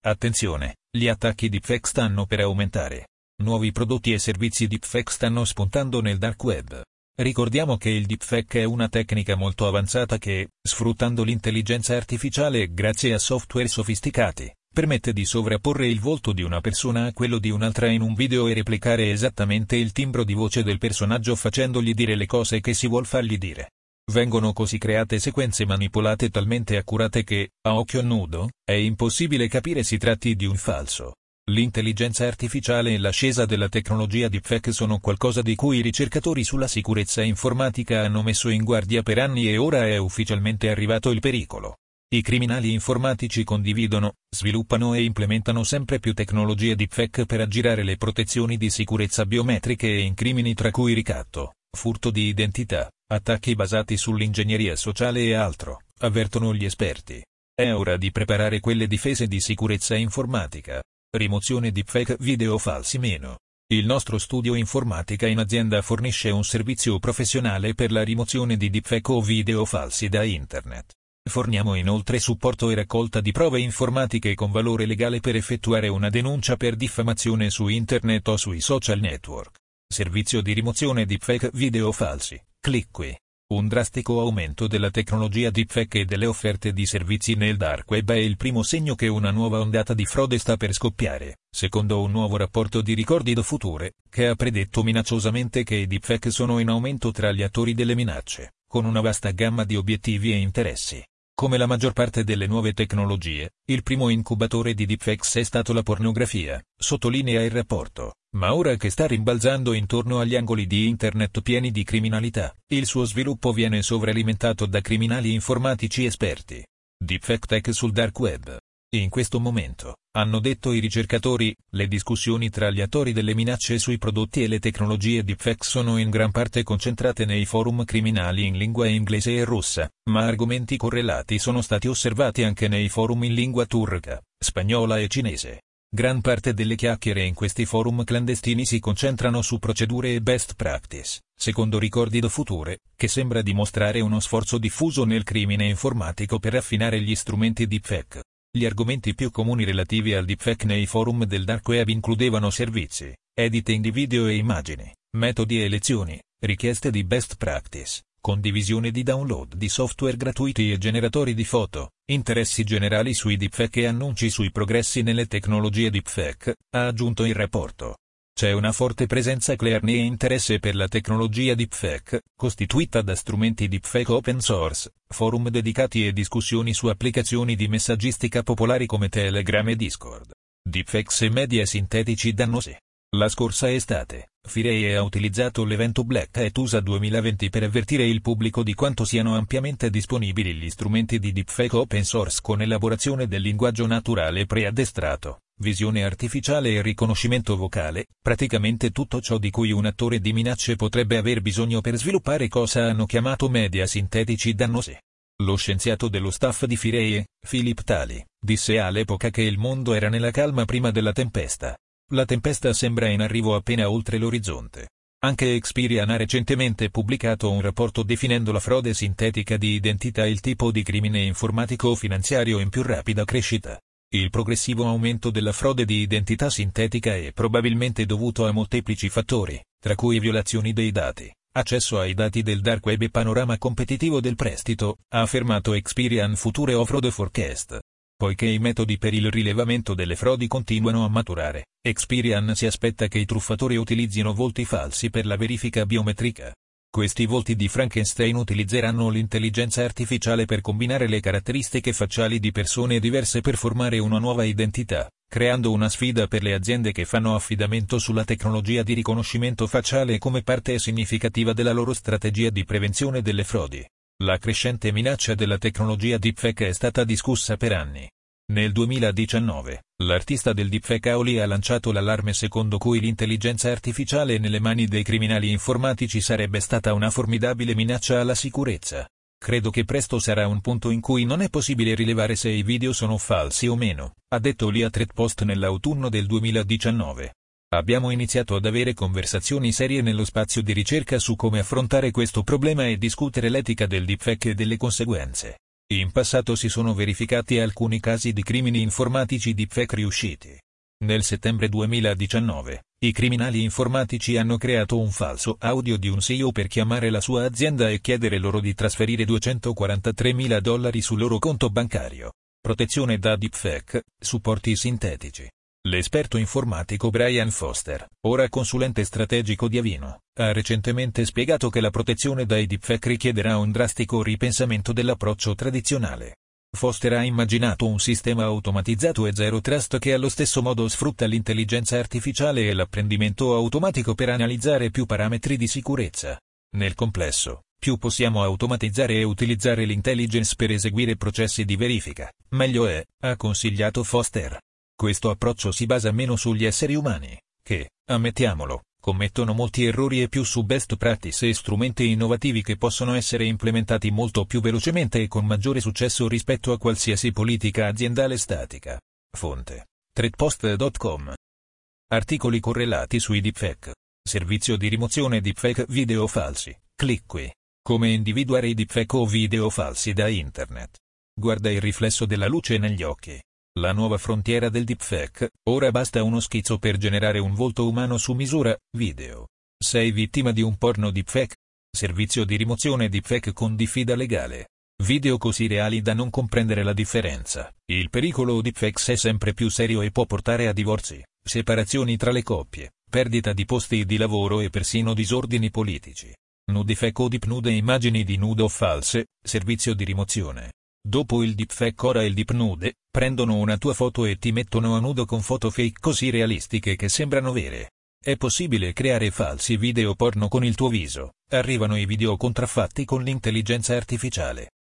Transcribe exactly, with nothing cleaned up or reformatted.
Attenzione, gli attacchi deepfake stanno per aumentare. Nuovi prodotti e servizi deepfake stanno spuntando nel dark web. Ricordiamo che il deepfake è una tecnica molto avanzata che, sfruttando l'intelligenza artificiale grazie a software sofisticati, permette di sovrapporre il volto di una persona a quello di un'altra in un video e replicare esattamente il timbro di voce del personaggio facendogli dire le cose che si vuol fargli dire. Vengono così create sequenze manipolate talmente accurate che, a occhio nudo, è impossibile capire si tratti di un falso. L'intelligenza artificiale e l'ascesa della tecnologia deepfake sono qualcosa di cui i ricercatori sulla sicurezza informatica hanno messo in guardia per anni e ora è ufficialmente arrivato il pericolo. I criminali informatici condividono, sviluppano e implementano sempre più tecnologie deepfake per aggirare le protezioni di sicurezza biometriche e in crimini tra cui ricatto, furto di identità, attacchi basati sull'ingegneria sociale e altro, avvertono gli esperti. È ora di preparare quelle difese di sicurezza informatica. Rimozione deepfake video falsi meno. Il nostro studio informatica in azienda fornisce un servizio professionale per la rimozione di deepfake o video falsi da internet. Forniamo inoltre supporto e raccolta di prove informatiche con valore legale per effettuare una denuncia per diffamazione su internet o sui social network. Servizio di rimozione deepfake video falsi. Clic qui. Un drastico aumento della tecnologia deepfake e delle offerte di servizi nel dark web è il primo segno che una nuova ondata di frode sta per scoppiare, secondo un nuovo rapporto di Ricordi do Future, che ha predetto minacciosamente che i deepfake sono in aumento tra gli attori delle minacce, con una vasta gamma di obiettivi e interessi. Come la maggior parte delle nuove tecnologie, il primo incubatore di deepfakes è stato la pornografia, sottolinea il rapporto, ma ora che sta rimbalzando intorno agli angoli di internet pieni di criminalità, il suo sviluppo viene sovralimentato da criminali informatici esperti. Deepfake tech sul dark web. In questo momento, hanno detto i ricercatori, le discussioni tra gli attori delle minacce sui prodotti e le tecnologie deepfake sono in gran parte concentrate nei forum criminali in lingua inglese e russa, ma argomenti correlati sono stati osservati anche nei forum in lingua turca, spagnola e cinese. Gran parte delle chiacchiere in questi forum clandestini si concentrano su procedure e best practice, secondo Ricordi do Future, che sembra dimostrare uno sforzo diffuso nel crimine informatico per affinare gli strumenti deepfake. Gli argomenti più comuni relativi al deepfake nei forum del dark web includevano servizi, editing di video e immagini, metodi e lezioni, richieste di best practice, condivisione di download di software gratuiti e generatori di foto, interessi generali sui deepfake e annunci sui progressi nelle tecnologie deepfake, ha aggiunto il rapporto. C'è una forte presenza clearne e interesse per la tecnologia deepfake, costituita da strumenti deepfake open source, forum dedicati e discussioni su applicazioni di messaggistica popolari come Telegram e Discord. Deepfakes e media sintetici dannosi. La scorsa estate, Fireye ha utilizzato l'evento Black Hat U S A duemilaventi per avvertire il pubblico di quanto siano ampiamente disponibili gli strumenti di deepfake open source con elaborazione del linguaggio naturale preaddestrato, visione artificiale e riconoscimento vocale, praticamente tutto ciò di cui un attore di minacce potrebbe aver bisogno per sviluppare cosa hanno chiamato media sintetici dannosi. Lo scienziato dello staff di Fireye, Philip Talley, disse all'epoca che il mondo era nella calma prima della tempesta. La tempesta sembra in arrivo appena oltre l'orizzonte. Anche Experian ha recentemente pubblicato un rapporto definendo la frode sintetica di identità il tipo di crimine informatico o finanziario in più rapida crescita. Il progressivo aumento della frode di identità sintetica è probabilmente dovuto a molteplici fattori, tra cui violazioni dei dati, accesso ai dati del dark web e panorama competitivo del prestito, ha affermato Experian Future of Fraud Forecast. Poiché i metodi per il rilevamento delle frodi continuano a maturare, Experian si aspetta che i truffatori utilizzino volti falsi per la verifica biometrica. Questi volti di Frankenstein utilizzeranno l'intelligenza artificiale per combinare le caratteristiche facciali di persone diverse per formare una nuova identità, creando una sfida per le aziende che fanno affidamento sulla tecnologia di riconoscimento facciale come parte significativa della loro strategia di prevenzione delle frodi. La crescente minaccia della tecnologia deepfake è stata discussa per anni. Nel duemiladiciannove, l'artista del deepfake Aoli ha lanciato l'allarme secondo cui l'intelligenza artificiale nelle mani dei criminali informatici sarebbe stata una formidabile minaccia alla sicurezza. Credo che presto sarà un punto in cui non è possibile rilevare se i video sono falsi o meno, ha detto Lia Threatpost nell'autunno del duemiladiciannove. Abbiamo iniziato ad avere conversazioni serie nello spazio di ricerca su come affrontare questo problema e discutere l'etica del deepfake e delle conseguenze. In passato si sono verificati alcuni casi di crimini informatici deepfake riusciti. Nel settembre duemiladiciannove, i criminali informatici hanno creato un falso audio di un C E O per chiamare la sua azienda e chiedere loro di trasferire duecentoquarantatremila dollari sul loro conto bancario. Protezione da deepfake, supporti sintetici. L'esperto informatico Brian Foster, ora consulente strategico di Avino, ha recentemente spiegato che la protezione dai deepfake richiederà un drastico ripensamento dell'approccio tradizionale. Foster ha immaginato un sistema automatizzato e zero trust che allo stesso modo sfrutta l'intelligenza artificiale e l'apprendimento automatico per analizzare più parametri di sicurezza. Nel complesso, più possiamo automatizzare e utilizzare l'intelligence per eseguire processi di verifica, meglio è, ha consigliato Foster. Questo approccio si basa meno sugli esseri umani, che, ammettiamolo, commettono molti errori e più su best practice e strumenti innovativi che possono essere implementati molto più velocemente e con maggiore successo rispetto a qualsiasi politica aziendale statica. Fonte: threatpost punto com. Articoli correlati sui deepfake. Servizio di rimozione deepfake video falsi. Clic qui. Come individuare i deepfake o video falsi da internet. Guarda il riflesso della luce negli occhi. La nuova frontiera del deepfake, ora basta uno schizzo per generare un volto umano su misura, video. Sei vittima di un porno deepfake? Servizio di rimozione deepfake con diffida legale. Video così reali da non comprendere la differenza. Il pericolo deepfakes è sempre più serio e può portare a divorzi, separazioni tra le coppie, perdita di posti di lavoro e persino disordini politici. Nudefake o deepnude immagini di nudo false, servizio di rimozione. Dopo il deepfake ora il deepnude, prendono una tua foto e ti mettono a nudo con foto fake così realistiche che sembrano vere. È possibile creare falsi video porno con il tuo viso, arrivano i video contraffatti con l'intelligenza artificiale.